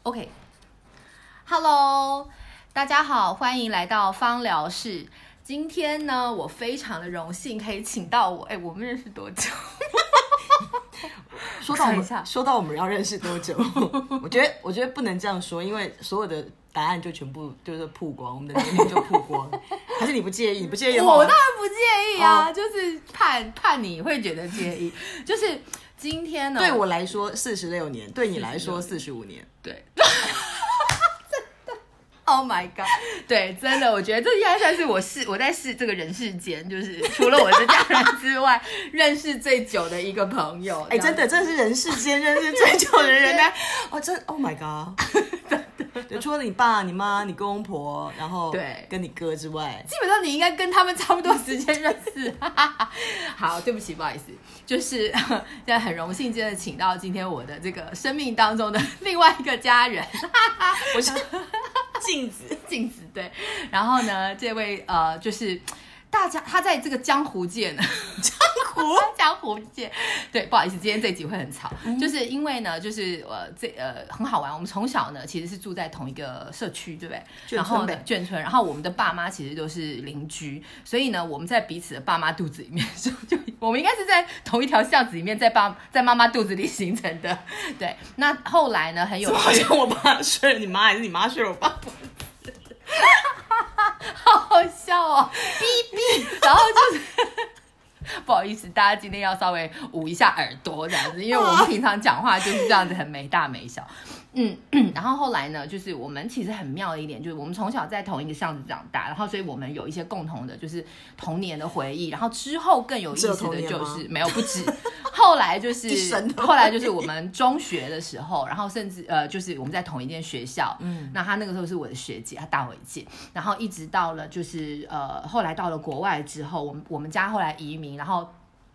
OK，Hello，大家好，欢迎来到芳疗室。今天呢，我非常的荣幸可以请到我们认识多久？ 说到我们要认识多久，我觉得不能这样说，因为所有的答案就全部就是曝光，我们的年龄就曝光。还是你不介意？你不介意的话， 我当然不介意啊，就是怕你会觉得介意。就是今天呢， 对我来说46年，对你来说45年， 对。Oh my god！ 对，真的，我觉得这应该算是我在这个人世间，就是除了我的家人之外，认识最久的一个朋友。 真的是人世间认识最久的人呢。Oh my god！ 对，除了你爸、你妈、你公婆，然后对跟你哥之外， 基本上你应该跟他们差不多时间认识。好，对不起，不好意思，就是现在很荣幸，真的请到今天我的这个生命当中的另外一个家人， 我是镜子， 对。然后呢，这位就是他在这个江湖界呢，江湖界，对，不好意思，今天这集会很吵，就是因为呢，就是很好玩，我们从小呢其实是住在同一个社区，对不对？然后呢，眷村，然后我们的爸妈其实都是邻居，所以呢，我们在彼此的爸妈肚子里面，就我们应该是在同一条巷子里面，在妈妈肚子里形成的，对。那后来呢，很有趣， 好像我爸睡了你妈，还是你妈睡了我爸？ 好好笑哦，哔哔，然后就是不好意思，大家今天要稍微捂一下耳朵这样子，因为我们平常讲话就是这样子，很没大没小。然后后来呢，就是我们其实很妙的一点，就是我们从小在同一个巷子长大，然后所以我们有一些共同的，就是童年的回忆。然后之后更有意思的就是没有不止，后来就是我们中学的时候，然后甚至就是我们在同一间学校，那他那个时候是我的学姐，他大我一届，然后一直到了就是后来到了国外之后，我们家后来移民，然后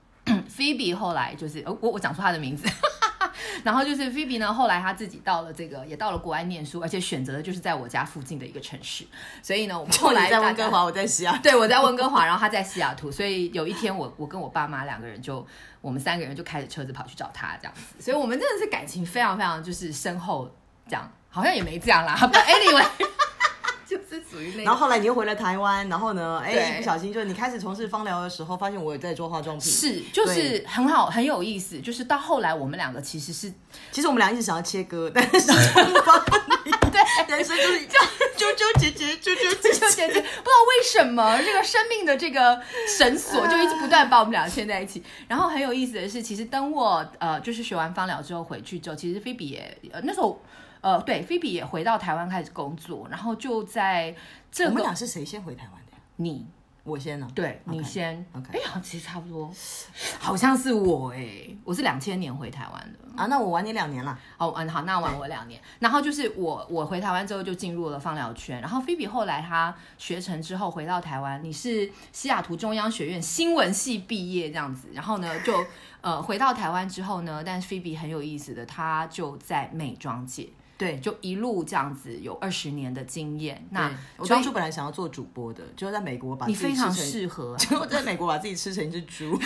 Phoebe 后来就是我讲出他的名字。然后就是 Phoebe 呢，后来她自己也到了国外念书，而且选择的就是在我家附近的一个城市。所以呢，我们后来在温哥华，我在西雅图。 对，我在温哥华，然后她在西雅图。所以有一天我跟我爸妈两个人我们3个人就开着车子跑去找她，这样子。所以我们真的是感情非常非常就是深厚，这样好像也没这样啦。But anyway。就是属于那， 然后后来你又回了台湾，然后呢，一不小心就是你开始从事芳疗的时候，发现我有在做化妆品， 是，就是很好，很有意思。就是到后来我们两个其实我们俩一直想要切割，但是对，人生就是纠结，不知道为什么这个生命的这个绳索就一直不断把我们俩牵在一起。然后很有意思的是，其实等我就是学完芳疗之后回去之后，其实菲比也那时候。对，菲比也回到台湾开始工作，然后就在这个， 我们俩是谁先回台湾的？我先呢？ 对， 你先。 OK， 好像其实差不多，好像是我我是2000年回台湾的啊，那我晚你2年了。 好，那晚我2年。然后就是我回台湾之后就进入了芳疗圈，然后菲比后来她学成之后回到台湾，你是西雅图中央学院新闻系毕业这样子，然后呢就回到台湾之后呢，但是菲比很有意思的，她就在美妆界。对，就一路这样子有20年的经验。那我当初本来想要做主播的，就在美国把自己你非常适合， 结果在美国把自己吃成一只猪，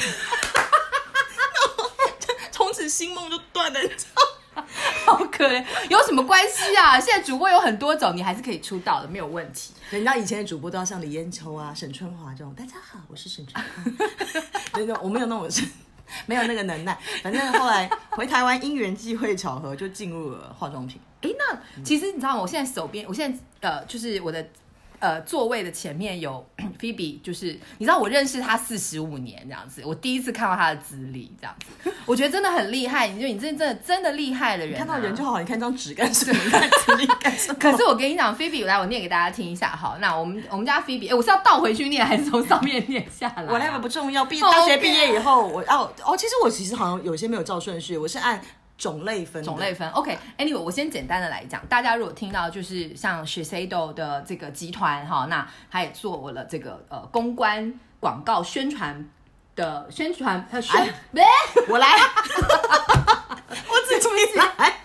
从此新梦就断了。 好可怜，有什么关系啊？现在主播有很多种，你还是可以出道的，没有问题。 人家以前的主播都要像李艳秋啊、沈春华这种。大家好，我是沈春华。我没有那种没有那个能耐，反正后来回台湾因缘际会巧合就进入了化妆品。 那其实你知道吗？我现在就是我的座位的前面有 Phoebe， 就是你知道我认识他45年这样子，我第一次看到他的资历这样子，我觉得真的很厉害。你真的厉害的人， 你看到人就好，你看张纸干什么？你看资历干什么？ 可是我跟你讲 ，Phoebe 来，我念给大家听一下好。那我们家 Phoebe， 我是要倒回去念还是从上面念下来？ 我那个不重要，大学毕业以后，其实好像有些没有照顺序，我是按种类分 OK，Anyway， 我先简单的来讲，大家如果听到就是像 Shiseido 的这个集团哈，那他也做了这个公关广告宣传的我来，我自己来。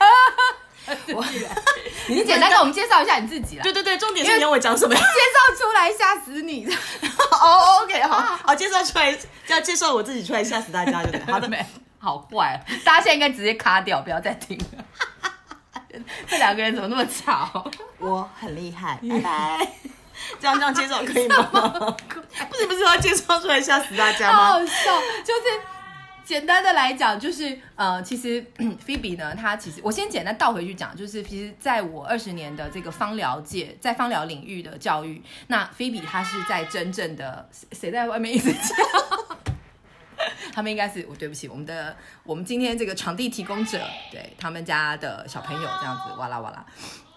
你简单跟我们介绍一下你自己啦。 对，重点是你要我讲什么？ 介绍出来吓死你。 OK， 好，介绍出来，要介绍我自己出来吓死大家，对不对？好的， 好坏，大家现在应该直接卡掉，不要再听了。 这两个人怎么那么巧？ 我很厉害，拜拜。这样介绍可以吗？不是要介绍出来吓死大家吗？ 好好笑，就是简单的来讲，就是其实Phoebe 呢，她其实我先简单倒回去讲，就是其实在我20年的这个芳疗界，在芳疗领域的教育，那 Phoebe 她是在真正的谁在外面一直叫？他们应该是对不起，我们今天这个场地提供者，对他们家的小朋友这样子，哇啦哇啦。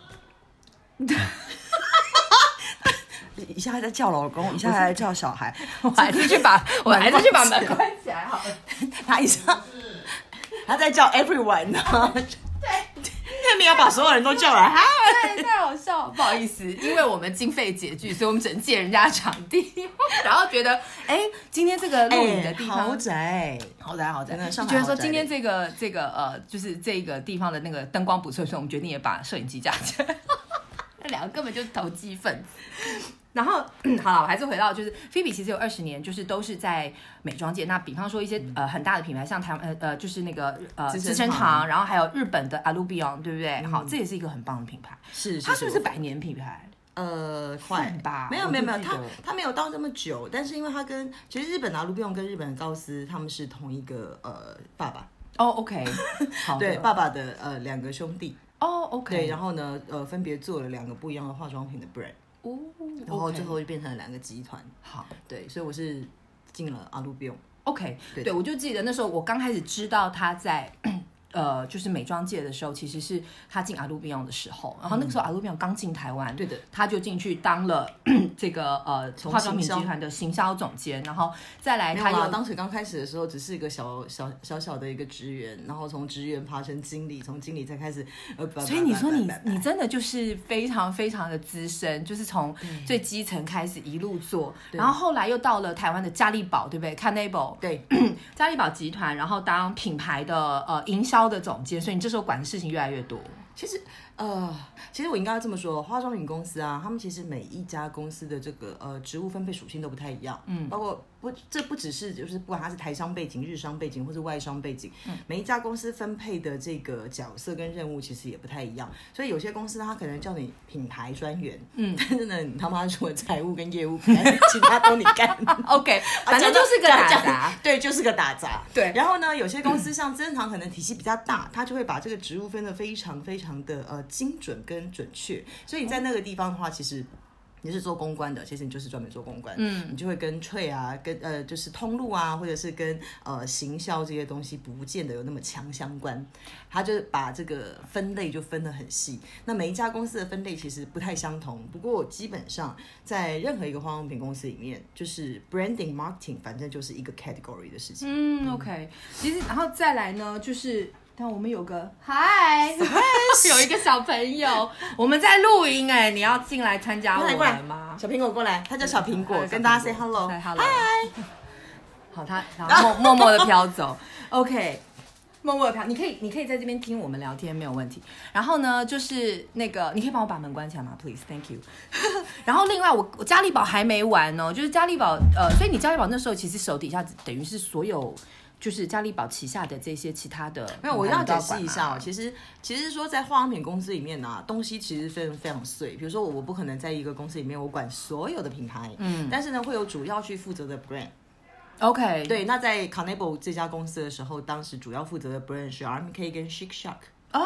一下还在叫老公，一下还在叫小孩， 我还是去把门关起来好了。 他一下他在叫 everyone 呢，对，没有把所有人都叫来， 对，太好笑了，不好意思，因为我们经费拮据，所以我们只能借人家场地，然后觉得今天这个录影的地方豪宅， 真的，觉得说今天这个就是这个地方的那个灯光不错，所以我们决定也把摄影机架起来。那两个根本就是投机分子。然后好了，我还是回到就是 Phoebe 其实有20年，就是都是在美妆界。那比方说一些很大的品牌，像台湾就是那个资生堂，然后还有日本的 Alubion， 对不对？好，这也是一个很棒的品牌。 是， 它是不是100年品牌？ 快吧？ 没有，它没有到这么久，但是因为它其实日本的 Alubion 跟日本的高斯他们是同一个爸爸。 OK， 好， 对，爸爸的2个兄弟。 OK， 对，然后呢分别做了2个不一样的化妆品的 brand。然后最后就变成了2个集团。 好， 对，所以我是进了阿鲁比翁。 OK， 对，我就记得那时候我刚开始知道他在就是美妆界的时候，其实是他进阿鲁比翁的时候，然后那个时候阿鲁比翁刚进台湾， 对的， 他就进去当了这个化妆品集团的行销总监，然后再来他当时刚开始的时候只是一个小的一个职员，然后从职员爬成经理，从经理再开始所以你说你真的就是非常非常的资深，就是从最基层开始一路做，然后后来又到了台湾的嘉利宝，对不对 ？Canable， 对， 嘉利宝集团，然后当品牌的营销的总监，所以你这时候管的事情越来越多。 其实我应该要这么说，化妆品公司啊，他们其实每一家公司的这个职务分配属性都不太一样，包括这不只是就是不管它是台商背景、日商背景或是外商背景，每一家公司分配的这个角色跟任务其实也不太一样，所以有些公司它可能叫你品牌专员，但是呢，你他妈除了财务跟业务，其他都你干 ，OK， 反正就是个打杂， 对，就是个打杂， 对。 然后呢，有些公司像资生堂可能体系比较大，它就会把这个职务分得非常非常的精准跟准确，所以你在那个地方的话，其实你是做公关的，其实你就是专门做公关，你就会跟trade啊，跟就是通路啊，或者是跟行销这些东西不见得有那么强相关，他就把这个分类就分得很细。那每一家公司的分类其实不太相同，不过基本上在任何一个化妆品公司里面，就是 branding marketing， 反正就是一个 category 的事情。 OK， 其实然后再来呢，就是。但我们有个嗨，有一个小朋友，我们在录音你要进来参加我们吗？ 小苹果过来，他叫小苹果，跟大家 say hello， 嗨，好，他然后默默的飘走 ，OK， 默默的飘，你可以在这边听我们聊天没有问题。然后呢，就是那个，你可以帮我把门关起来吗 ？Please，Thank you 。然后另外我嘉利宝还没完哦，就是嘉利宝所以你嘉利宝那时候其实手底下等于是所有。就是嘉利宝旗下的这些其他的， 没有，我要解释一下哦。其实说在化妆品公司里面呢，东西其实非常非常碎。比如说我不可能在一个公司里面我管所有的品牌，但是呢会有主要去负责的 brand。OK， 对，那在 Canable 这家公司的时候，当时主要负责的 brand 是 RMK 跟 Chic Shock。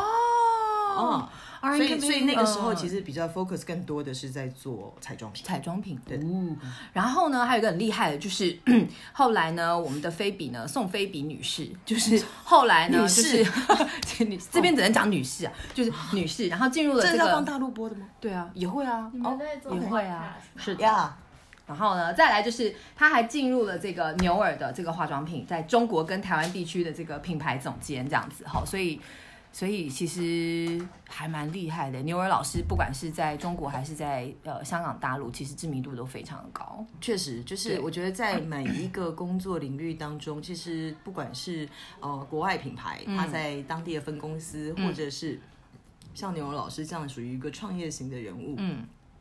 所以那个时候其实比较 focus 更多的是在做彩妆品，对。 然后呢，还有一个很厉害的，就是后来呢，我们的菲比呢，宋菲比女士，就是后来呢，就是这边只能讲女士啊，就是女士，然后进入了这个。 这是要放大陆播的吗？ 对啊，也会啊，也会啊，是的。然后呢，再来就是她还进入了这个牛尔的这个化妆品，在中国跟台湾地区的这个品牌总监这样子，所以其实还蛮厉害的。牛尔老师不管是在中国还是在香港大陆，其实知名度都非常的高。 确实，就是我觉得在每一个工作领域当中，其实不管是国外品牌，它在当地的分公司，或者是像牛尔老师这样属于一个创业型的人物，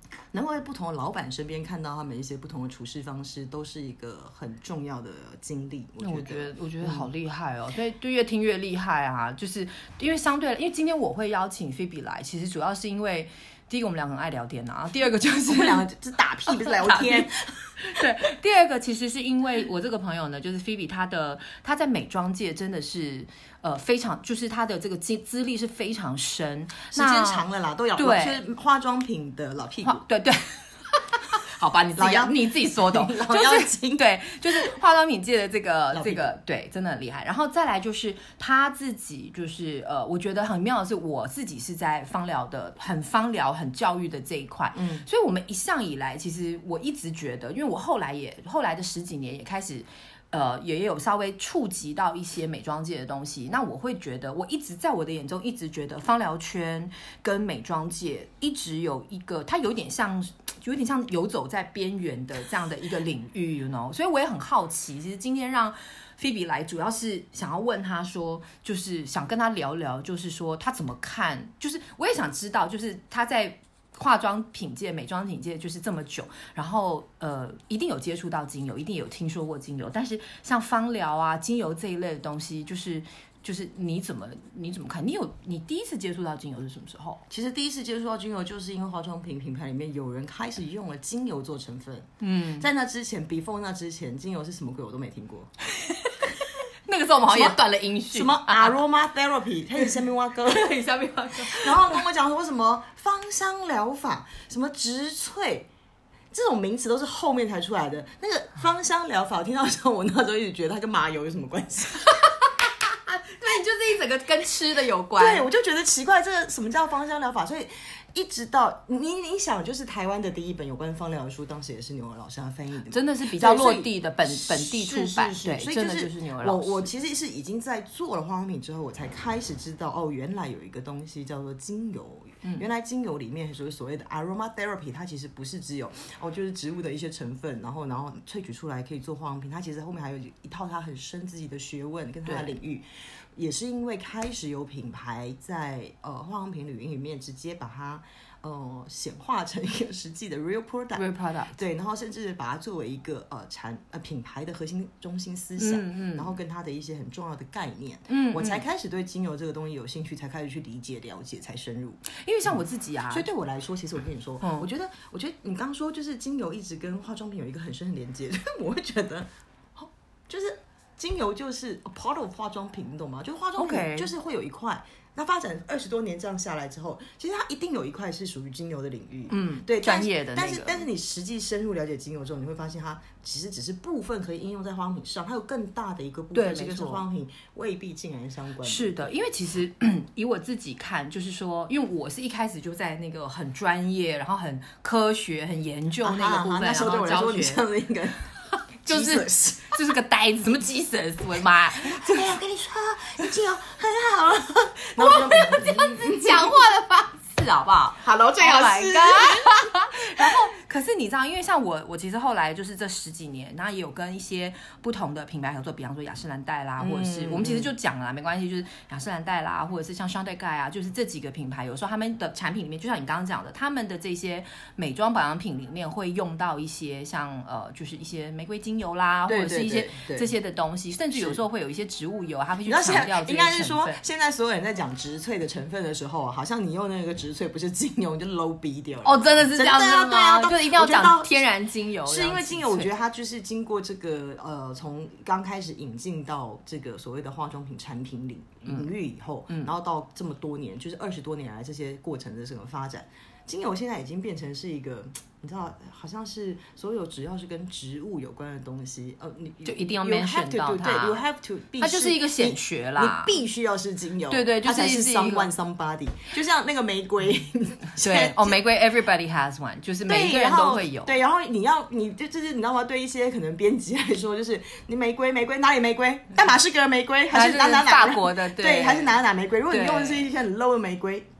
能够在不同的老板身边看到他们一些不同的处事方式，都是一个很重要的经历。 我觉得好厉害哦，所以就越听越厉害啊！就是因为因为今天我会邀请 Phoebe 来，其实主要是因为第一个我们两个很爱聊天啊，第二个就是我们两个是打屁不是聊天。 对，第二个其实是因为我这个朋友呢，就是 Phoebe， 她在美妆界真的是非常，就是她的这个资历是非常深， 时间长了啦，都有对， 就是化妆品的老屁股。 对。好吧，你自己说的， 就是对，就是化妆品界的这个，对，真的很厉害。然后再来就是他自己，就是我觉得很妙的是，我自己是在芳疗很教育的这一块，所以我们一向以来，其实我一直觉得，因为我后来的10几年也开始。也有稍微触及到一些美妆界的东西，那我会觉得，我一直在我的眼中一直觉得芳疗圈跟美妆界一直有一个，它有点像游走在边缘的这样的一个领域 ，you know， 所以我也很好奇，其实今天让 Phoebe 来，主要是想要问他说，就是想跟他聊聊，就是说他怎么看，就是我也想知道，就是他在化妆品界、美妆品界就是这么久，然后一定有接触到精油，一定有听说过精油，但是像芳疗啊、精油这一类的东西，就是你怎么看？你第一次接触到精油是什么时候？ 其实第一次接触到精油，就是因为化妆品品牌里面有人开始用了精油做成分。在那之前 ，before 那之前，精油是什么鬼我都没听过。 那个时候我们好像也断了音讯， 什么 aroma therapy， 它是下面挖歌， 下面挖歌， 然后跟我讲说什么芳香疗法，什么植萃，这种名词都是后面才出来的。那个芳香疗法，我听到的时候，我那时候一直觉得它跟麻油有什么关系？ 对，你就是一整个跟吃的有关。 对，我就觉得奇怪，这个什么叫芳香疗法？所以一直到你想，就是台湾的第一本有关芳疗的书，当时也是牛儿老师他翻译的， 真的是比较落地的本地出版，对， 所以真的就是牛儿老师。 我其实是已经在做了化妆品之后，我才开始知道哦，原来有一个东西叫做精油。原来精油里面所谓的 aroma therapy， 它其实不是只有就是植物的一些成分，然后萃取出来可以做化妆品，它其实后面还有一套它很深自己的学问跟它的领域。也是因为开始有品牌在化妆品领域里面直接把它显化成一个实际的 real product， 对，然后甚至把它作为一个品牌的核心中心思想，然后跟它的一些很重要的概念，我才开始对精油这个东西有兴趣，才开始去理解了解，才深入。 因为像我自己啊， 所以对我来说，其实我跟你说，我觉得你刚说就是精油一直跟化妆品有一个很深的连接，我会觉得就是精油就是 a part of 化妆品，你懂吗？就是化妆品就是会有一块。那发展20多年这样下来之后，其实它一定有一块是属于精油的领域，对， 专业的那个。 但是你实际深入了解精油之后，你会发现它其实只是部分可以应用在化妆品上，它有更大的一个部分，这个是化妆品未必竟然相关的。 是的，因为其实以我自己看，就是说，因为我是一开始就在那个很专业，然后很科学、很研究那个部分， 那时候对我来说，你像那个。 就是个呆子，什么Jesus，我的妈！ 我跟你说，你精油很好了。 我没有这样子讲话的方式，好不好 ？Hello， 最好是。 然后，可是你知道，因为像我其实后来就是这10几年，然后也有跟一些不同的品牌合作，比方说雅诗兰黛啦，或者是我们其实就讲了啦，没关系，就是雅诗兰黛啦，或者是像香黛盖啊，就是这几个品牌，有时候他们的产品里面，就像你刚刚讲的，他们的这些美妆保养品里面会用到一些像就是一些玫瑰精油啦，或者是一些这些的东西，甚至有时候会有一些植物油，它会去强调这些成分。 应该是说，现在所有人在讲植萃的成分的时候，好像你用那个植萃不是精油，你就 low 逼掉了。 哦，真的是这样子吗？ 对啊， 就一定要讲天然精油， 是因为精油，我觉得它就是经过这个从刚开始引进到这个所谓的化妆品产品领域以后，然后到这么多年，就是20多年来这些过程的这个发展，精油现在已经变成是一个。你知道，好像是所有只要是跟植物有关的东西，你就一定要 mention 到它。 对 ，you have to， 它就是一个显学啦。 你必须要是精油， 对， 它才是 someone somebody。就像那个玫瑰， 对，玫瑰 everybody has one， 就是每一个人都会有。 对，然后你就是你知道吗？对一些可能编辑来说，就是你玫瑰哪里玫瑰？大马士革玫瑰还是哪法国的？ 对，还是哪玫瑰？如果你用的是一些很 low 的玫瑰。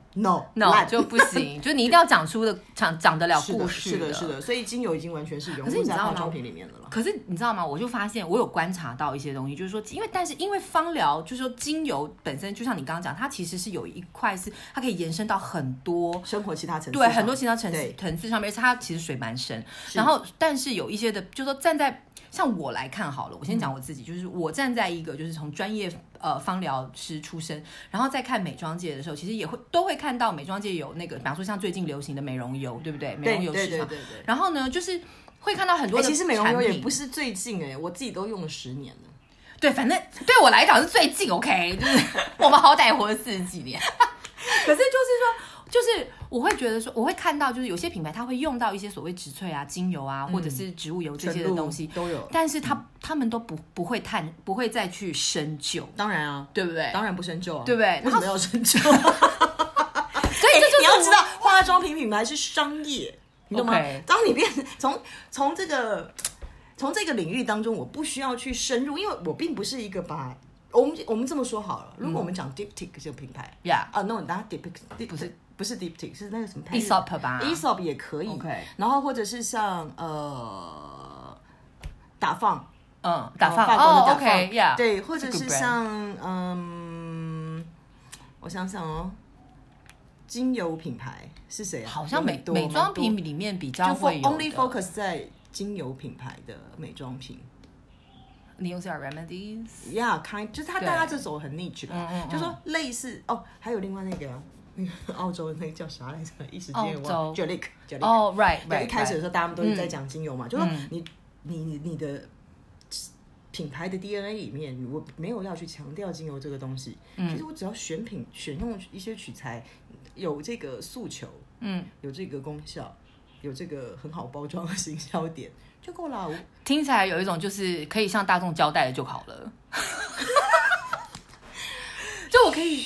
no 就不行，就你一定要讲出的讲得了故事的。 是的，所以精油已经完全是融入在化妆品里面的了。 可是你知道吗？我就发现我有观察到一些东西，就是说，因为芳疗，就是说精油本身，就像你刚刚讲，它其实是有一块是它可以延伸到很多生活其他层次， 对，很多其他层次上面，而且它其实水蛮深。然后，但是有一些的，就是说站在像我来看好了，我先讲我自己，就是我站在一个就是从专业芳疗师出身，然后再看美妆界的时候，其实都会看到美妆界有那个，比方说像最近流行的美容油，对不对？美容油市场。对。然后呢，就是会看到很多的其实美容油也不是最近我自己都用了10年了。 对，反正对我来讲是最近 OK， 就是我们好歹活了40几年。可是就是我会觉得说，我会看到就是有些品牌它会用到一些所谓植萃啊、精油啊，或者是植物油这些的东西都有， 但是他们都不会再去深究。 当然啊， 对不对？ 当然不深究啊， 对不对？ 为什么要深究？所以这就是你要知道，化妆品品牌是商业，你懂吗？当你变从这个领域当中，我不需要去深入，因为我并不是一个把。我们这么说好了，如果我们讲 Diptyque 这个品牌，no， 当然 Diptyque 不是 Diptyque， 是那个什么 Aesop 吧 ，Aesop 也可以。然后或者是像打放， 打放， 法国的打放 ，OK， 对，或者是像我想想精油品牌是谁啊？ 好像美妆品里面比较会有的 ，Only Focus 在精油品牌的美妆品。 你用这 remedies， 就是他大家这走很 niche 吧，就说类似还有另外那个澳洲的那个叫啥来着？一时间忘了 Jelic right， 一开始的时候大家都是在讲精油嘛，就说你的品牌的 DNA 里面，我没有要去强调精油这个东西，其实我只要选用一些取材，有这个诉求，有这个功效，有这个很好包装的行销点。就够了， 听起来有一种就是可以向大众交代的就好了。就我可以，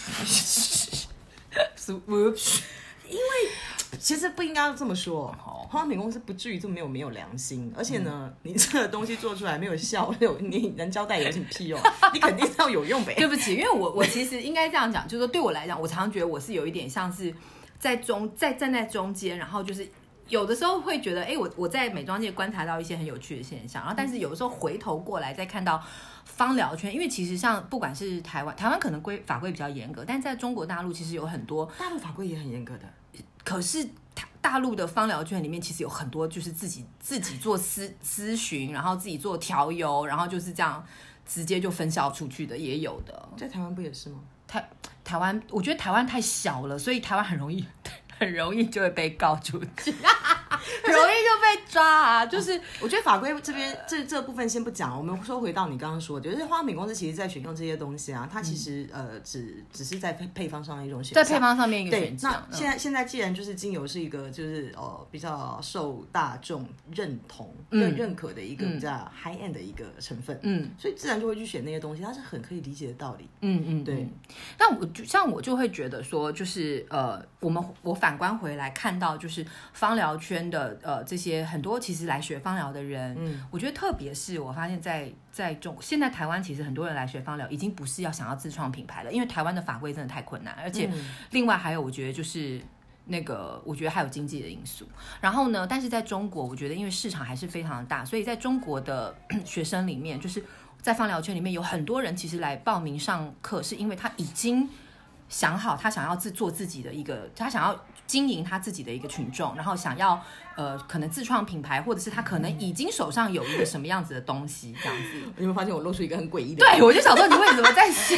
因为其实不应该这么说，化妆品公司不至于这么没有良心，而且呢，你这个东西做出来没有效，你能交代有什么屁用？你肯定是要有用呗。 对不起，因为我其实应该这样讲，就是说对我来讲，我常常觉得我是有一点像是在站在中间，然后就是。有的时候会觉得，我在美妆界观察到一些很有趣的现象，然后但是有的时候回头过来再看到芳疗圈，因为其实像不管是台湾可能法规比较严格，但在中国大陆其实有很多大陆法规也很严格的， 可是大陆的芳疗圈里面其实有很多就是自己做咨询，然后自己做调油，然后就是这样直接就分销出去的也有的。 在台湾不也是吗？ 台湾，我觉得台湾太小了，所以台湾很容易就会被告出去，很容易就被抓啊！就是我觉得法规这边这部分先不讲，我们说回到你刚刚说的，就是化妆品公司其实在选用这些东西啊，它其实只是在配方上的一种选项， 在配方上面一个选项。 那现在既然就是精油是一个就是比较受大众认同、认可的一个比较 high end 的一个成分，所以自然就会去选那些东西，它是很可以理解的道理。对。 那我就会觉得说，就是我反观回来看到，就是芳疗圈的这些很多其实来学芳疗的人，我觉得特别是我发现现在台湾其实很多人来学芳疗，已经不是要想要自创品牌了，因为台湾的法规真的太困难，而且另外还有我觉得就是我觉得还有经济的因素。然后呢，但是在中国，我觉得因为市场还是非常的大，所以在中国的学生里面，就是在芳疗圈里面有很多人其实来报名上课，是因为他已经想好他想要做自己的一个，他想要经营他自己的一个群众，然后想要可能自创品牌，或者是他可能已经手上有一个什么样子的东西这样子。 你有没有发现我露出一个很诡异的？ 对，我就想说你为什么在笑？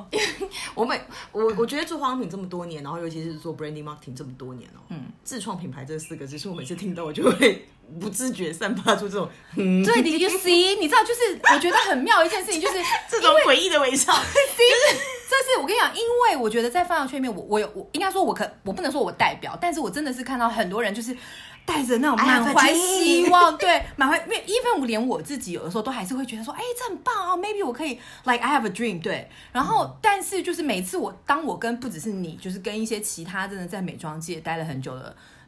我觉得做化妆品这么多年，然后尤其是做 branding marketing 这么多年自创品牌这4个字，是我每次听到我就会不自觉散发出这种对，you see， 你知道，就是我觉得很妙一件事情，就是这种诡异的微笑。 这是我跟你讲，因为我觉得在芳疗圈里面，我应该说我不能说我代表，但是我真的是看到很多人就是带着那种满怀希望，对，满怀，因为 even 连我自己有的时候都还是会觉得说，这很棒啊 ，maybe 我可以 like I have a dream， 对，然后但是就是每次当我跟不只是你，就是跟一些其他真的在美妆界待了很久的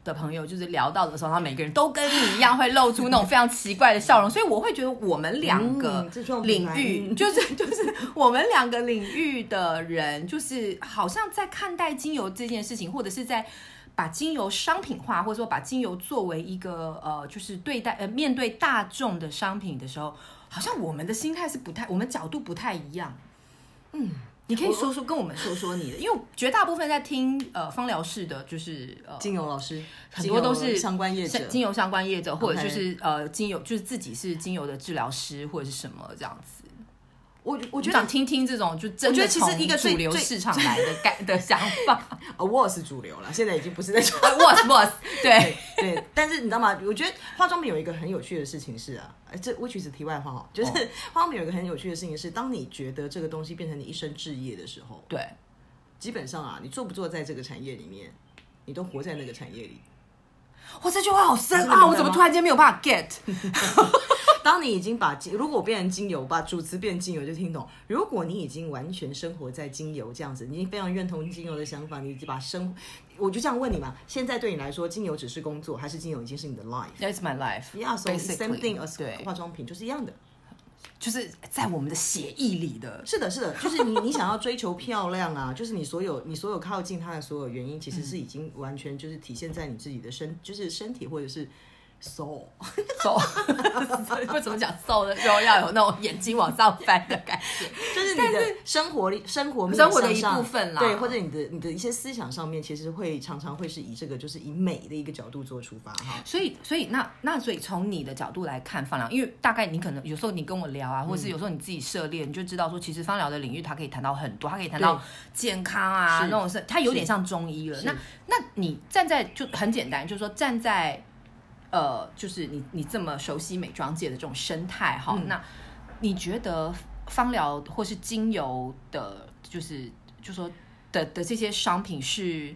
的朋友，就是聊到的时候，他每个人都跟你一样会露出那种非常奇怪的笑容，所以我会觉得我们两个领域，就是我们两个领域的人，就是好像在看待精油这件事情，或者是在把精油商品化，或者说把精油作为一个就是面对大众的商品的时候，好像我们的心态是我们角度不太一样。你可以跟我们说说你的，因为绝大部分在听芳疗室的，就是精油老师， 很多都是相关业者， 精油相关业者，或者就是精油，就是自己是精油的治疗师或者是什么这样子。我觉得想听听这种就真的从主流市场来的想法。 我是主流了，现在已经不是在说我对对。但是你知道吗？我觉得化妆品有一个很有趣的事情是这 which is 题外话就是化妆品有一个很有趣的事情是，当你觉得这个东西变成你一生志业的时候， 对， 基本上你做不做在这个产业里面，你都活在那个产业里。 这句话好深啊！我怎么突然间没有办法 get？ 当你已经如果我变成精油，把主词变精油就听懂。如果你已经完全生活在精油这样子，你非常认同精油的想法，你把我就这样问你嘛，现在对你来说，精油只是工作，还是精油已经是你的 life？That's my life. Yeah, so same thing as 化妆品就是一样的， 就是在我们的血液里的。 是的，就是你想要追求漂亮就是你所有靠近它的所有原因，其实是已经完全就是体现在你自己的就是身体或者是。soul 为什么讲 soul 的时候要有那种眼睛往上翻的感觉？ 就是你的生活的一部分啦， 对，或者你的一些思想上面，其实常常会是以这个就是以美的一个角度做出发哈。 所以从你的角度来看芳疗，因为大概你可能有时候你跟我聊或是有时候你自己涉猎，你就知道说，其实芳疗的领域它可以谈到很多，它可以谈到健康那种它有点像中医了。那你站在就很简单，就是说站在。就是你这么熟悉美妆界的这种生态那你觉得芳疗或是精油的，就说的这些商品是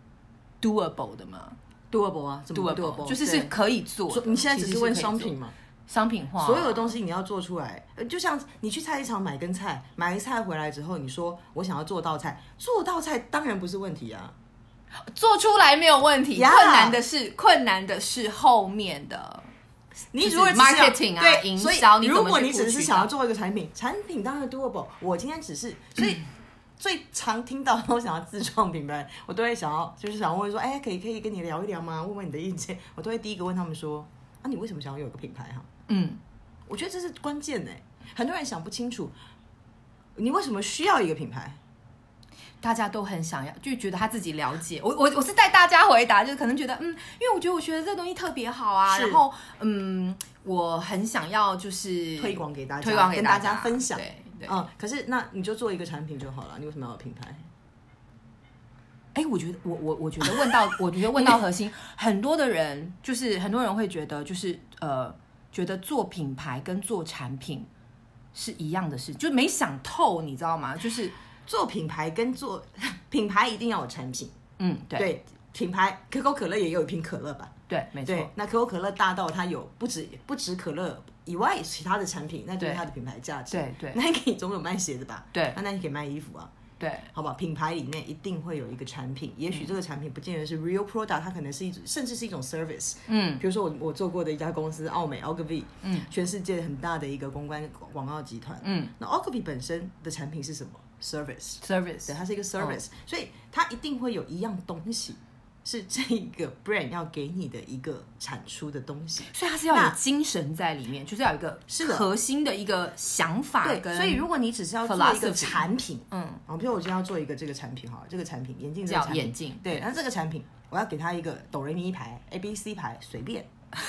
doable 的吗 ？doable 怎么 doable？ 就是可以做。 你现在只是问商品吗？ 商品化， 所有的东西你要做出来，就像你去菜市场买根菜，买个菜回来之后，你说我想要做道菜当然不是问题啊。 做出来没有问题，困难的是后面的。 你如果 marketing 营销， 如果你只是想要做一个产品当然 doable。我今天只是，所以最常听到我想要自创品牌，我都会想要问说，可以跟你聊一聊吗？问问你的意见，我都会第一个问他们说，你为什么想要有一个品牌我觉得这是关键很多人想不清楚，你为什么需要一个品牌。 大家都很想要，就觉得他自己了解。我是带大家回答，就是可能觉得因为我觉得我学的这个东西特别好然后我很想要就是推广给大家，跟大家分享。对可是那你就做一个产品就好了，你为什么要有品牌？ 我觉得我觉得问到核心，很多人会觉得就是觉得做品牌跟做产品是一样的事，就没想透，你知道吗？就是做品牌跟做品牌一定要有产品，对，品牌可口可乐也有一瓶可乐吧？ 对，没错。 那可口可乐大到它有不止可乐以外其他的产品，那就是它的品牌价值。 对， 那你可以总有卖鞋的吧？ 对， 那你可以卖衣服啊。 对， 好吧，品牌里面一定会有一个产品，也许这个产品不见得是 real product， 它可能是甚至是一种 service。比如说我做过的一家公司奥美 Ogilvy，全世界很大的一个公关广告集团。那 Ogilvy 本身的产品是什么 ？service， 对，它是一个 service，所以它一定会有一样东西。是这个 brand 要给你的一个产出的东西， 所以它是要有精神在里面，就是要有一个核心的一个想法跟 philosophy。 对，所以如果你只是要做一个产品，比如我今天要做一个这个产品哈，这个产品眼镜这个产品， 眼镜， 对，那这个产品我要给它一个哆来咪牌 ABC 牌，随便，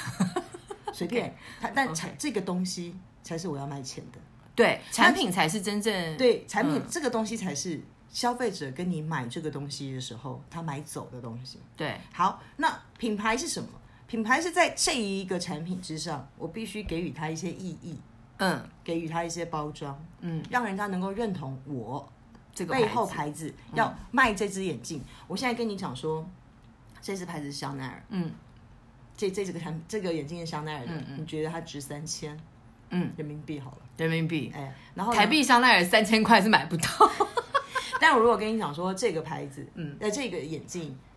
但这个东西才是我要卖钱的， 对，产品才是真正对产品这个东西才是。消费者跟你买这个东西的时候，他买走的东西。 对， 好，那品牌是什么？品牌是在这一个产品之上，我必须给予它一些意义，给予它一些包装，让人家能够认同我这个背后牌子要卖这只眼镜。我现在跟你讲说，这只牌子是香奈儿，这个眼镜是香奈儿的，你觉得它值3000人民币好了， 人民币， 然后台币香奈儿3000块是买不到。 但我如果跟你讲说这个牌子，这个眼镜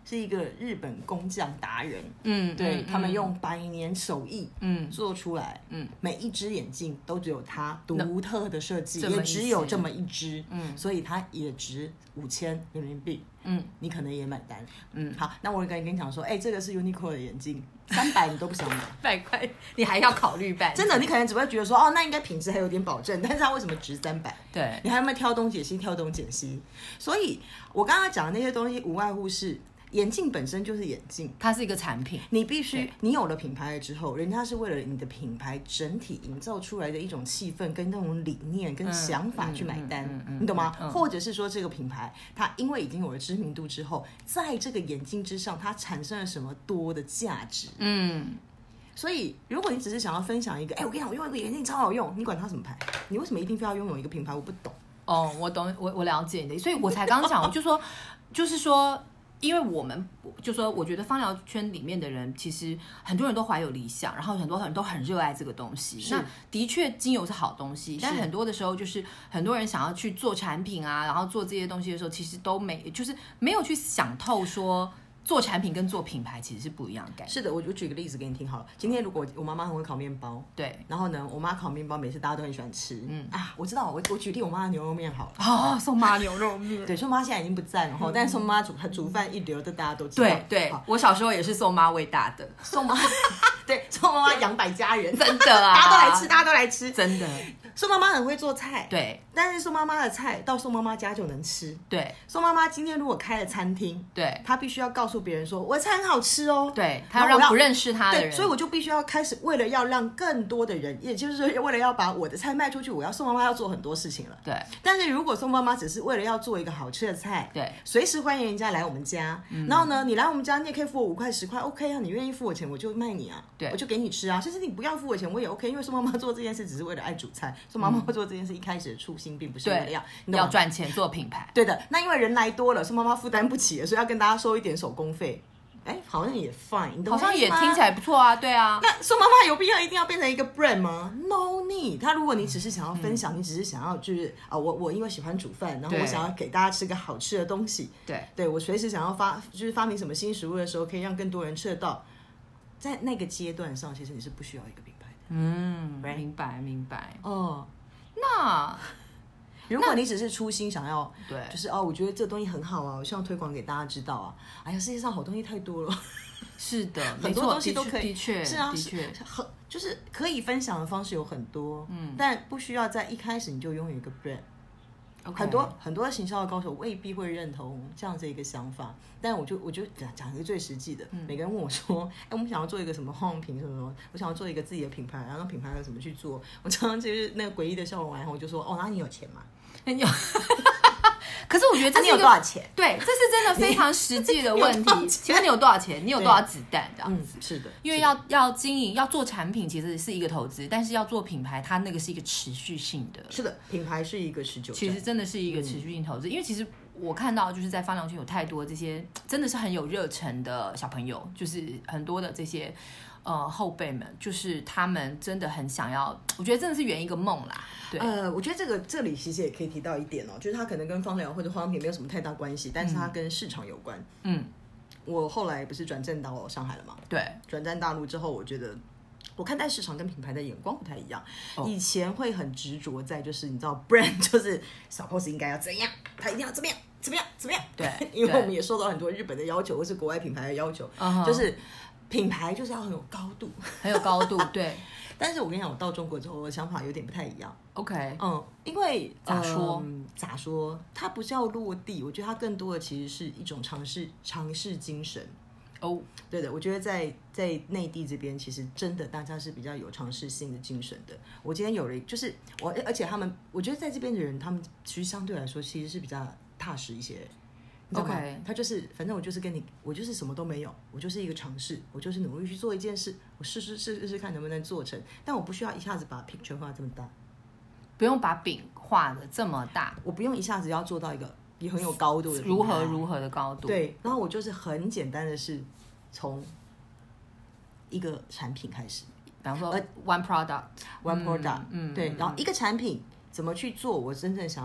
是一个日本工匠达人，对，他们用100年手艺，做出来，每一只眼镜都只有它独特的设计，也只有这么一只，所以它也值5000人民币，你可能也买单，好，那我跟你讲说，这个是 Uniqlo 的眼镜，300你都不想买 100块，你还要考虑办， 真的，你可能只会觉得说，那应该品质还有点保证，但是它为什么值300？ 对， 你还有没有挑东拣西，挑东拣西？所以我刚刚讲的那些东西，无外乎是。眼镜本身就是眼镜， 它是一个产品。 你必须，你有了品牌了之后，人家是为了你的品牌整体营造出来的一种气氛、跟那种理念、跟想法去买单，你懂吗？或者是说这个品牌，它因为已经有了知名度之后，在这个眼镜之上，它产生了什么多的价值？所以，如果你只是想要分享一个，我跟你讲，我用一个眼镜超好用，你管它什么牌？你为什么一定非要拥有一个品牌？我不懂。 哦，我懂，我了解你的，所以我才刚刚讲，我就说，就是说。因为我们就说，我觉得芳疗圈里面的人，其实很多人都怀有理想，然后很多人都很热爱这个东西。那的确，精油是好东西，但很多的时候就是很多人想要去做产品啊，然后做这些东西的时候，其实都没有去想透说。做产品跟做品牌其实是不一样的概念。 是的，我举个例子给你听好了。今天如果我妈妈很会烤面包， 对， 然后呢，我妈烤面包，每次大家都很喜欢吃。我知道，我举例我妈的牛肉面好了。 宋妈牛肉面。 对，宋妈现在已经不在了，但是宋妈煮饭一流的，大家都知道。 对，我小时候也是宋妈喂大的。 宋妈，对，宋妈妈养百家人， 真的啊， 大家都来吃， 真的。 宋妈妈很会做菜， 对， 但是宋妈妈的菜到宋妈妈家就能吃， 对。 宋妈妈今天如果开了餐厅， 对， 她必须要告诉别人说，我的菜很好吃哦， 对，她要让不认识她的人， 对，所以我就必须要开始，为了要让更多的人，也就是说，为了要把我的菜卖出去，宋妈妈要做很多事情了， 对。 但是如果宋妈妈只是为了要做一个好吃的菜， 对， 随时欢迎人家来我们家，然后呢，你来我们家，你也可以付我5块10块 ，OK 啊，你愿意付我钱，我就卖你啊，对，我就给你吃啊，甚至你不要付我钱，我也 OK，因为宋妈妈做这件事只是为了爱煮菜，宋妈妈会做这件事。是一开始的初心，并不是为了要赚钱做品牌。 对的，那因为人来多了，宋妈妈负担不起了，所以要跟大家收一点手工费。好像也 fine， 好像也听起来不错啊，对啊。 那宋妈妈有必要一定要变成一个 brand 吗 ？No need。如果你只是想要分享，你只是想要就是我因为喜欢煮饭，然后我想要给大家吃个好吃的东西，对我随时想要发明什么新食物的时候，可以让更多人吃得到。在那个阶段上，其实你是不需要一个品牌的。 明白。 那如果你只是初心想要，对，就是我觉得这东西很好啊，我希望推广给大家知道啊。世界上好东西太多了， 是的， 很多东西都可以， 的确是啊， 的确， 就是可以分享的方式有很多，但不需要在一开始你就拥有一个 brand。很多行销的高手未必会认同这样子一个想法，但我就讲一个最实际的。每个人问我说：“我们想要做一个什么化妆品什么什么，我想要做一个自己的品牌，然后品牌要怎么去做？”我常常就是那个诡异的笑容完后，我就说：“那你有钱吗？” 有。可是我觉得这是你有多少钱？ 对，这是真的非常实际的问题。请问你有多少钱？你有多少子弹？这样子是的， 因为要经营、要做产品，其实是一个投资，但是要做品牌，它那个是一个持续性的。 是的，品牌是一个持久战， 其实真的是一个持续性投资。因为其实我看到就是在芳疗圈有太多这些真的是很有热忱的小朋友，就是很多的这些。后辈们就是他们真的很想要，我觉得真的是圆一个梦啦。对， 我觉得这里其实也可以提到一点就是它可能跟芳疗或者化妆品没有什么太大关系，但是它跟市场有关。我后来不是转正到上海了嘛？对，转战大陆之后，我觉得我看待市场跟品牌的眼光不太一样。以前会很执着在就是你知道 brand 就是小 boss 应该要怎样，他一定要怎么样。对，因为我们也受到很多日本的要求，或是国外品牌的要求，就是品牌就是要很有高度， 对。 但是我跟你讲，我到中国之后，我的想法有点不太一样。 OK， 因为咋说，它不叫落地，我觉得它更多的其实是一种尝试精神。对的，我觉得在内地这边，其实真的大家是比较有尝试性的精神的。我今天有了，就是而且我觉得在这边的人，他们其实相对来说其实是比较踏实一些。OK， 他就是反正我就是我就是什么都没有，我就是一个尝试，我就是努力去做一件事，我试看能不能做成，但我不需要一下子把 picture 画这么大， 不用把饼画的这么大， 我不用一下子要做到一个也很有高度的如何的高度。 对，然后我就是很简单的是从一个产品开始， 比方说 one product， 对，然后一个产品怎么去做，我真正想要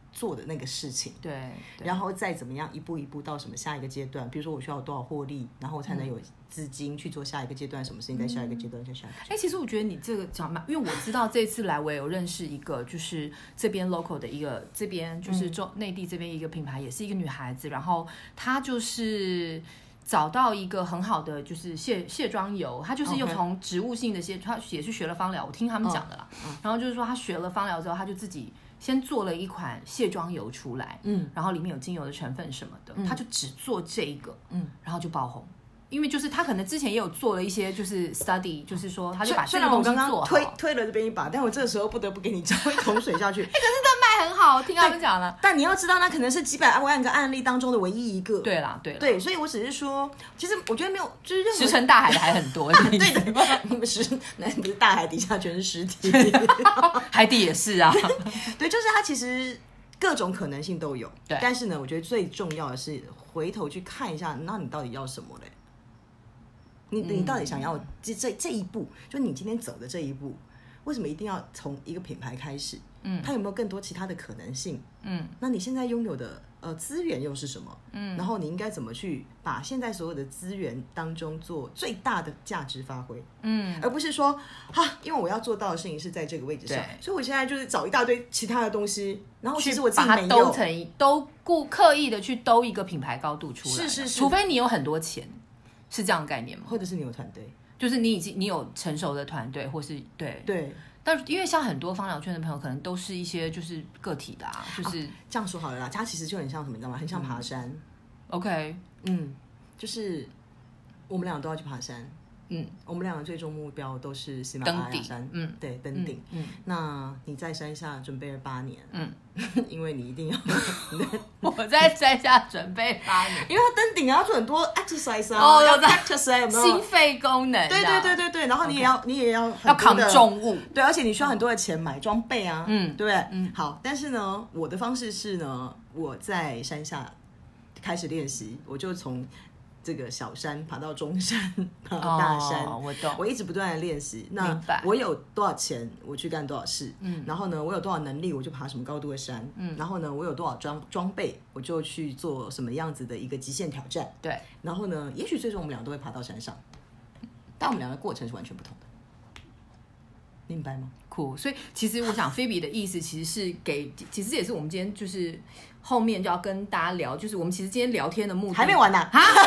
做的那个事情， 对， 然后再怎么样一步一步到什么下一个阶段，比如说我需要有多少获利，然后我才能有资金去做下一个阶段什么事情，在下一个阶段，在下一个阶段。 其实我觉得你这个讲嘛，因为我知道这次来我也有认识一个，就是这边 local 的一个，这边就是内地这边一个品牌，也是一个女孩子，然后她就是找到一个很好的就是卸妆油，她就是又从植物性的她也是学了芳疗，我听他们讲的啦，然后就是说她学了芳疗之后，她就自己先做了一款卸妆油出来，然后里面有精油的成分什么的，她就只做这一个，然后就爆红。因为就是他可能之前也有做了一些就是 study， 就是说他就把这个东西做好。 虽然我刚刚推了这边一把，但我这个时候不得不给你浇一桶水下去。 可是这卖很好，听他们讲了。 但你要知道，那可能是几百万个案例当中的唯一一个。 对啦， 对，所以我只是说，其实我觉得没有，就是任何石沉大海的还很多。 对的，你们那不是大海底下全是尸体， 海底也是啊。 对，就是它其实各种可能性都有。 对， 但是呢，我觉得最重要的是回头去看一下，那你到底要什么嘞？你到底想要这一步，就你今天走的这一步，为什么一定要从一个品牌开始？它有没有更多其他的可能性？那你现在拥有的资源又是什么？然后你应该怎么去把现在所有的资源当中做最大的价值发挥？而不是说因为我要做到的事情是在这个位置上，所以我现在就是找一大堆其他的东西，然后其实我自己没有刻意的去兜一个品牌高度出来， 是， 除非你有很多钱。是这样的概念吗？ 或者是你有团队， 就是你有成熟的团队，或是对。但因为像很多芳疗圈的朋友，可能都是一些就是个体的就是这样说好了啦。它其实就很像什么，你知道吗？很像爬山。 OK， 就是我们俩都要去爬山。我们两个最终目标都是喜马拉雅山，对，登顶。那你在山下准备了8年，因为你一定要我在山下准备8年， 因为他登顶要做很多 exercise 要 practice 有没有心肺功能？ 对，然后你也要扛重物， 对，而且你需要很多的钱买装备啊，对不对？好，但是呢，我的方式是呢，我在山下开始练习，我就从这个小山爬到中山，爬到大山， 我懂。 我一直不断的练习。那我有多少钱，我去干多少事。然后呢，我有多少能力，我就爬什么高度的山。然后呢，我有多少装备，我就去做什么样子的一个极限挑战。 对。 然后呢，也许最终我们俩都会爬到山上，但我们俩的过程是完全不同的。明白吗？ 酷。所以其实我想菲比的意思其实是其实也是我们今天就是后面就要跟大家聊，就是我们其实今天聊天的目的还没完呢。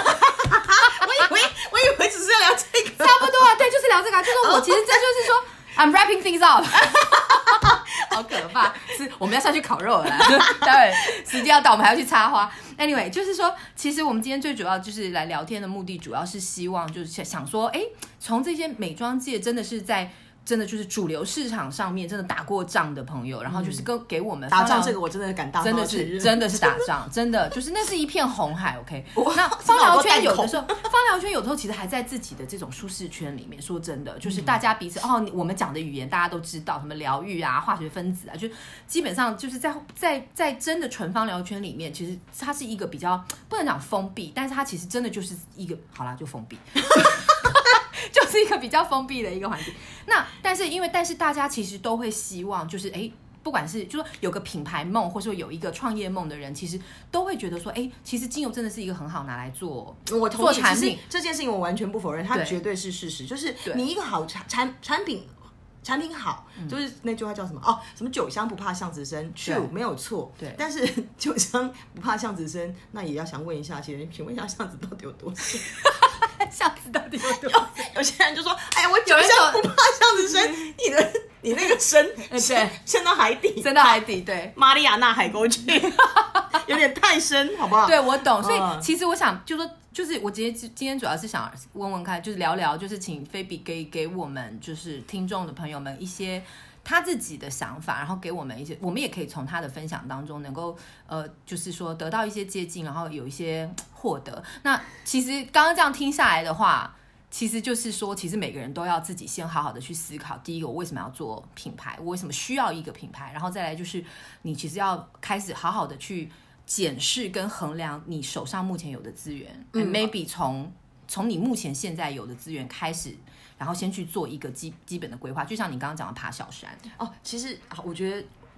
我以为只是要聊这个， 差不多啊，对，就是聊这个，就是我其实这就是说 I'm wrapping things up， 好可怕，是我们要上去烤肉了啦，待会时间要到，我们还要去插花。Anyway， 就是说，其实我们今天最主要就是来聊天的目的，主要是希望就是想说，从这些美妆界真的是在。真的就是主流市场上面真的打过仗的朋友，然后就是给我们打仗，这个我真的敢大， 真的是打仗，真的就是那是一片红海。OK， 那芳疗圈有的时候其实还在自己的这种舒适圈里面。说真的，就是大家彼此我们讲的语言大家都知道，什么疗愈啊、化学分子啊，就基本上就是在真的纯芳疗圈里面，其实它是一个比较不能讲封闭，但是它其实真的就是一个好啦，就封闭。就是一个比较封闭的一个环境。那但是大家其实都会希望，就是不管是就说有个品牌梦，或者说有一个创业梦的人，其实都会觉得说，其实精油真的是一个很好拿来做产品。 这件事情我完全不否认，它绝对是事实。就是你一个好产品好，就是那句话叫什么？什么酒香不怕巷子深 ，true 没有错。对，但是酒香不怕巷子深，那也要想问一下，请问一下巷子到底有多深？ 巷子到底有多？ 有些人就说：“哎呀，我酒香不怕巷子深，你那个深， 对， 深到海底， 深到海底，对， 马里亚纳海沟去，有点太深，好不好？” 对，我懂。所以其实我想就说，就是我今天主要是想问问看，就是聊聊，就是请菲比给我们就是听众的朋友们一些。他自己的想法，然后给我们一些，我们也可以从他的分享当中能够就是说得到一些接近，然后有一些获得。那其实刚刚这样听下来的话，其实就是说，其实每个人都要自己先好好的去思考。第一个，我为什么要做品牌？我为什么需要一个品牌？然后再来就是，你其实要开始好好的去检视跟衡量你手上目前有的资源，maybe 从你目前现在有的资源开始。然后先去做一个基本的规划，就像你刚刚讲的爬小山。 其实我觉得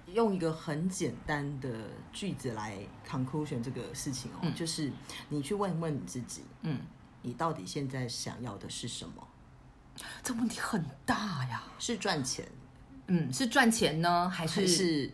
用一个很简单的句子来 conclusion 这个事情哦，就是你去问问你自己，你到底现在想要的是什么？ 这问题很大呀。 是赚钱？ 是赚钱呢，还是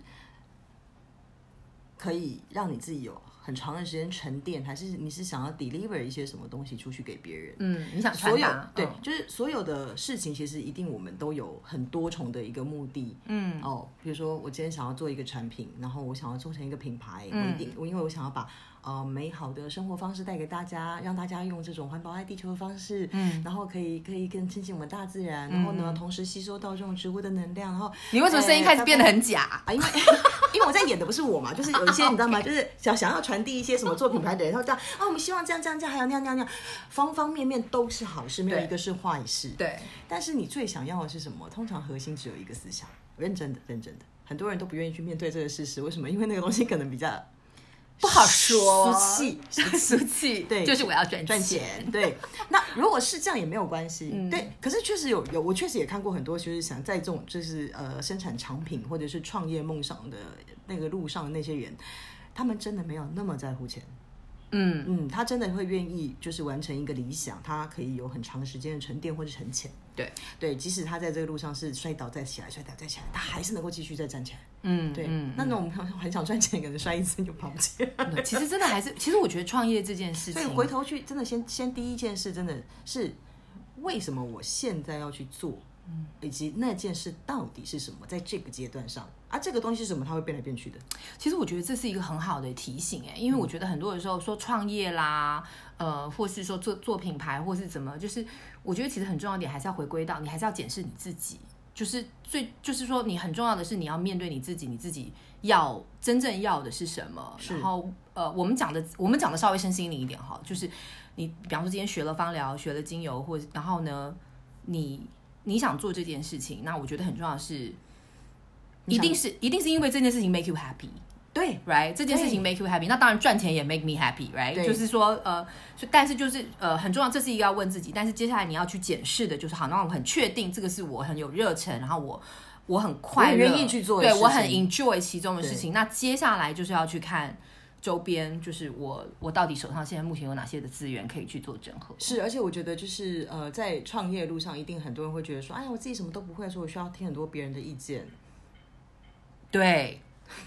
可以让你自己有很长的时间沉淀，还是你是想要 deliver 一些什么东西出去给别人？ 你想传达？ 对，就是所有的事情，其实一定我们都有很多重的一个目的。比如说我今天想要做一个产品，然后我想要做成一个品牌，因为我想要把美好的生活方式带给大家，让大家用这种环保爱地球的方式，然后可以更亲近我们大自然，然后呢，同时吸收到这种植物的能量。然后你为什么声音开始变得很假？ 因为我在演的不是我嘛，就是有一些你知道吗？就是想要传递一些什么做品牌的人，然后这样我们希望这样，还有那样，方方面面都是好事，没有一个是坏事。 对。 但是你最想要的是什么？通常核心只有一个思想，认真的。很多人都不愿意去面对这个事实，为什么？因为那个东西可能比较不好说， 俗气，对， 就是我要赚钱，对。那如果是这样也没有关系，对。可是确实有，我确实也看过很多，就是想在这种就是生产产品或者是创业梦想的那个路上的那些人，他们真的没有那么在乎钱。他真的会愿意就是完成一个理想，他可以有很长时间的沉淀或者沉潜。对，即使他在这个路上是摔倒再起来，他还是能够继续再站起来。对。那种很想赚钱，可能摔一次就跑不起来。 其实真的其实我觉得创业这件事情， 所以回头去真的先第一件事，真的是为什么我现在要去做，以及那件事到底是什么，在这个阶段上这个东西是什么，它会变来变去的。 其实我觉得这是一个很好的提醒因为我觉得很多的时候说创业啦，或是说做品牌，或是怎么，就是我觉得其实很重要的点还是要回归到你还是要检视你自己，就是说你很重要的是你要面对你自己真正要的是什么。然后我们讲的稍微身心灵一点哈，就是你比方说今天学了芳疗，学了精油，然后呢你想做这件事情，那我觉得很重要的是一定是因为这件事情 make you happy。对 ，right， 这件事情 make you happy， 那当然赚钱也 make me happy，right， 就是说但是就是很重要，这是一个要问自己，但是接下来你要去检视的就是好，那我很确定这个是我很有热忱，然后我很快乐， 我愿意去做的事情， 对我很 enjoy 其中的事情，那接下来就是要去看周边，就是我到底手上现在目前有哪些的资源可以去做整合。 是，而且我觉得就是在创业路上，一定很多人会觉得说，哎呀，我自己什么都不会，说我需要听很多别人的意见。 对。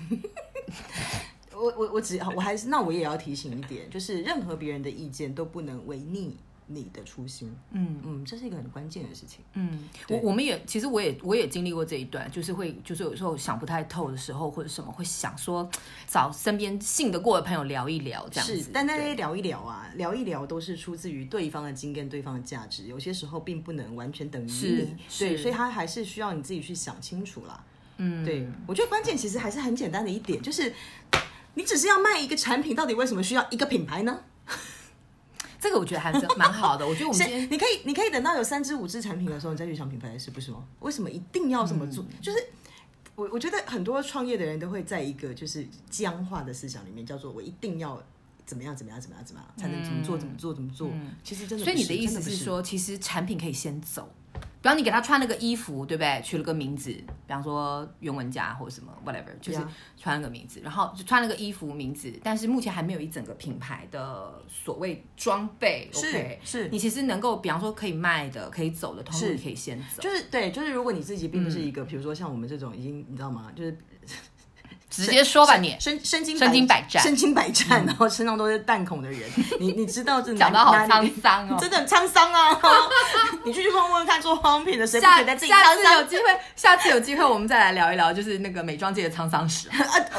我也要提醒一点，就是任何别人的意见都不能违逆你的初心。这是一个很关键的事情。 其实我也经历过这一段，就是有时候想不太透的时候，或者什么会想说找身边信得过的朋友聊一聊这样子。 是，但那些聊一聊都是出自于对方的经验、对方的价值，有些时候并不能完全等于你。对，所以他还是需要你自己去想清楚啦。对，我觉得关键其实还是很简单的一点，就是你只是要卖一个产品，到底为什么需要一个品牌呢？ 这个我觉得还是蛮好的。我觉得我们今天你可以等到有3支5支产品的时候，你再去想品牌的事，不是吗？为什么一定要这么做？就是我觉得很多创业的人都会在一个就是僵化的思想里面，叫做我一定要怎么样才能怎么做。其实真的不是。 所以你的意思是说，其实产品可以先走。比方你给他穿了个衣服，对不对？取了个名字，比方说袁文佳或者什么 whatever， 就是穿了个名字，然后就穿了个衣服名字，但是目前还没有一整个品牌的所谓装备。 是， 你其实能够，比方说可以卖的、可以走的，通路你可以先走。 就是如果你自己并不是一个，比如说像我们这种已经你知道吗？就是直接说吧，你身经百战， 然后身上都是弹孔的人，你知道这讲到好沧桑哦， 真的很沧桑啊！你去问问看做化妆品的谁不觉得自己沧桑？ 下次有机会我们再来聊一聊，就是那个美妆界的沧桑史。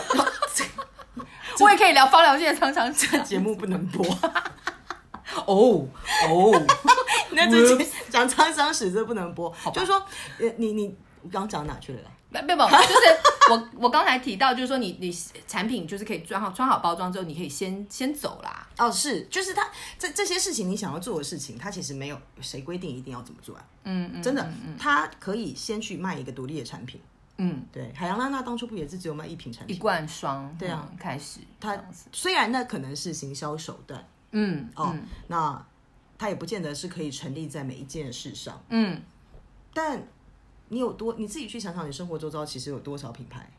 我也可以聊芳疗界的沧桑史， 这节目不能播。那这集讲沧桑史这不能播，就是说你刚刚讲到哪去了啦？ 没有，就是我刚才提到，就是说你产品就是可以穿好包装之后，你可以先走啦。 是，就是它这些事情你想要做的事情，它其实没有谁规定一定要怎么做啊。真的，它可以先去卖一个独立的产品。对，海洋拉娜当初不也是只有卖1瓶产品， 一罐霜， 对啊， 开始它虽然那可能是行销手段，那它也不见得是可以成立在每一件事上，但你自己去想想，你生活周遭其实有多少品牌？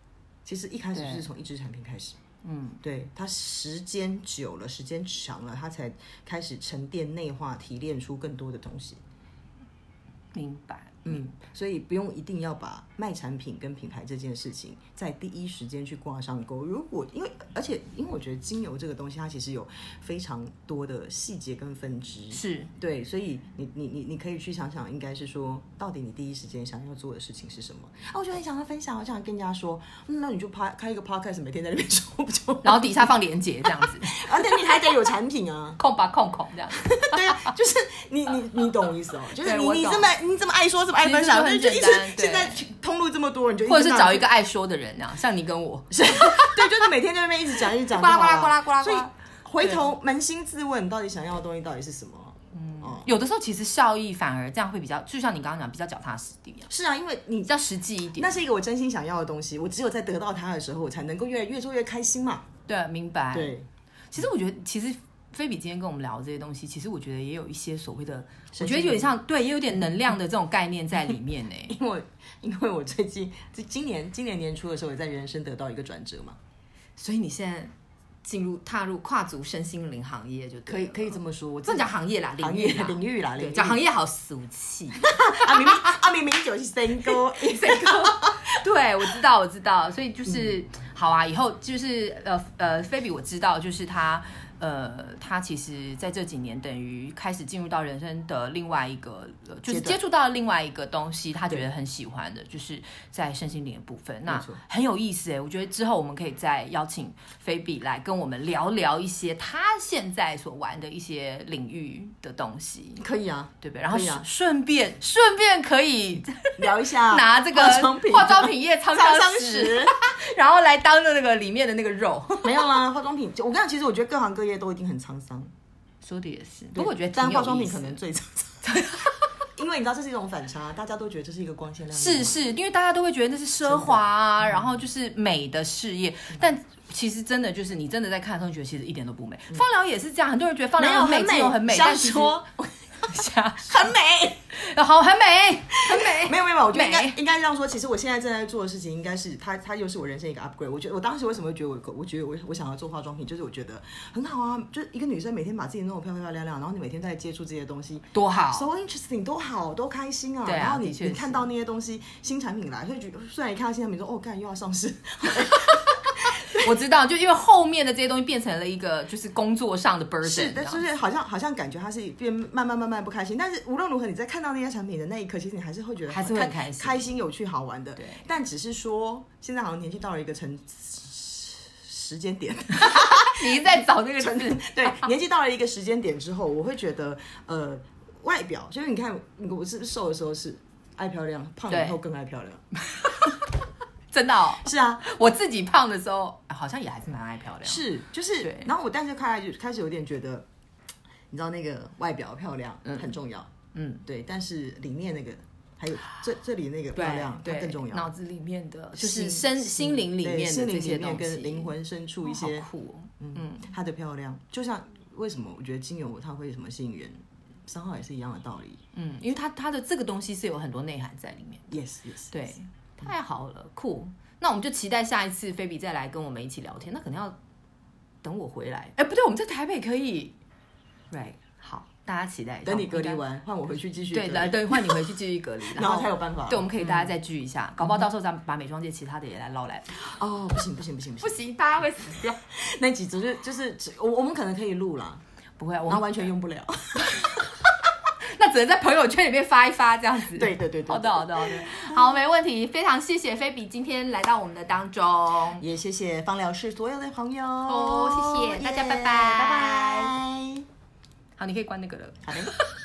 其实一开始就是从一支产品开始。对，它时间久了，时间长了，它才开始沉淀、内化、提炼出更多的东西。 明白。 所以不用一定要把卖产品跟品牌这件事情在第一时间去挂上钩。而且因为我觉得精油这个东西，它其实有非常多的细节跟分支， 是对，所以你可以去想想，应该是说，到底你第一时间想要做的事情是什么啊？我就很想要分享，我想跟人家说，那你就开一个 podcast， 每天在那边说不就？ 然后底下放连结这样子， 而且你还得有产品啊， 空吧空这样。 对啊，就是你懂我意思哦，就是你这么爱说，这么爱分享，就一直现在通路这么多，你就或者是找一个爱说的人，那样像你跟我， 对，就是每天在那边一直讲，呱啦呱啦呱啦，所以回头扪心自问，你到底想要的东西到底是什么？ 有的时候其实效益反而这样会比较，就像你刚刚讲，比较脚踏实地。 是啊，因为你比较实际一点， 那是一个我真心想要的东西，我只有在得到它的时候，我才能够越做越开心嘛。 对，明白。 对， 其实我觉得，其实菲比今天跟我们聊这些东西，其实我觉得也有一些所谓的，我觉得有点像，对，也有点能量的这种概念在里面呢。 因为我最近今年年初的时候，也在人生得到一个转折嘛， 所以你现在踏入跨足身心灵行业就对了， 可以这么说。我不能讲行业啦，领域啦， 对， 讲行业好俗气。 明明就是 single， 对，我知道，所以就是好啊，以后就是菲比我知道，就是他其实在这几年等于开始进入到人生的另外一个，就是接触到另外一个东西，他觉得很喜欢的，就是在身心灵的部分，那很有意思我觉得之后我们可以再邀请菲比来跟我们聊聊一些他现在所玩的一些领域的东西， 可以啊， 对不对？然后顺便可以聊一下拿这个化妆品业沧桑史，然后来当那个里面的那个肉。 没有啦，化妆品，我跟你讲，其实我觉得各行各业都一定很沧桑。 说的也是，不过我觉得但化妆品可能最沧桑。因为你知道这是一种反差，大家都觉得这是一个光鲜亮丽， 是，因为大家都会觉得那是奢华啊，然后就是美的事业，但其实真的就是你真的在看的时候，觉得其实一点都不美。芳疗也是这样，很多人觉得芳疗很美，很美，但是很美，好，很美。 没有，我觉得应该这样说。其实我现在正在做的事情，应该是它又是我人生一个 upgrade。我觉得我当时为什么会觉得我想要做化妆品，就是我觉得很好啊，就是一个女生每天把自己弄得漂漂亮亮，然后你每天在接触这些东西， 多好 ，so interesting， 多好，多开心啊！ 对啊， 然后你看到那些东西，新产品来，所以虽然一看到新产品说干又要上市。 我知道，就因为后面的这些东西变成了一个就是工作上的 burden， 是，就是好像感觉它是变慢慢不开心。但是无论如何，你在看到那些产品的那一刻，其实你还是会觉得还是会很开心、有趣、好玩的。 对， 但只是说现在好像年纪到了一个时间点， 你在找那个对，年纪到了一个时间点之后，我会觉得外表就是你看我是不是瘦的时候是爱漂亮，胖了以后更爱漂亮。 真的哦， 是啊， 我自己胖的时候好像也还是蛮爱漂亮， 是就是，然后我但是开始有点觉得，你知道那个外表漂亮很重要，对，但是里面那个还有这里那个漂亮它更重要， 脑子里面的就是心灵里面的这些东西， 跟灵魂深处一些好酷它的漂亮，就像为什么我觉得精油它会什么吸引人，商号也是一样的道理， 因为它的这个东西是有很多内涵在里面 ，yes， 对。太好了，酷！那我们就期待下一次菲比再来跟我们一起聊天。那可能要等我回来。不对，我们在台北可以。Right， 好，大家期待一下。 等你隔离完，换我回去继续。 对，换你回去继续隔离， 然后才有办法。 对，我们可以大家再聚一下，搞不好到时候咱们把美妆界其他的也来捞来。 哦，不行， 大家会死掉。 那几集就是我们可能可以录啦， 不会， 我们完全用不了。 那只能在朋友圈里面发一发这样子。 对。 好的，好，没问题。非常谢谢菲比今天来到我们的当中， 也谢谢芳疗室所有的朋友。 谢谢大家，拜拜。 拜拜。 好，你可以关那个了。 好的。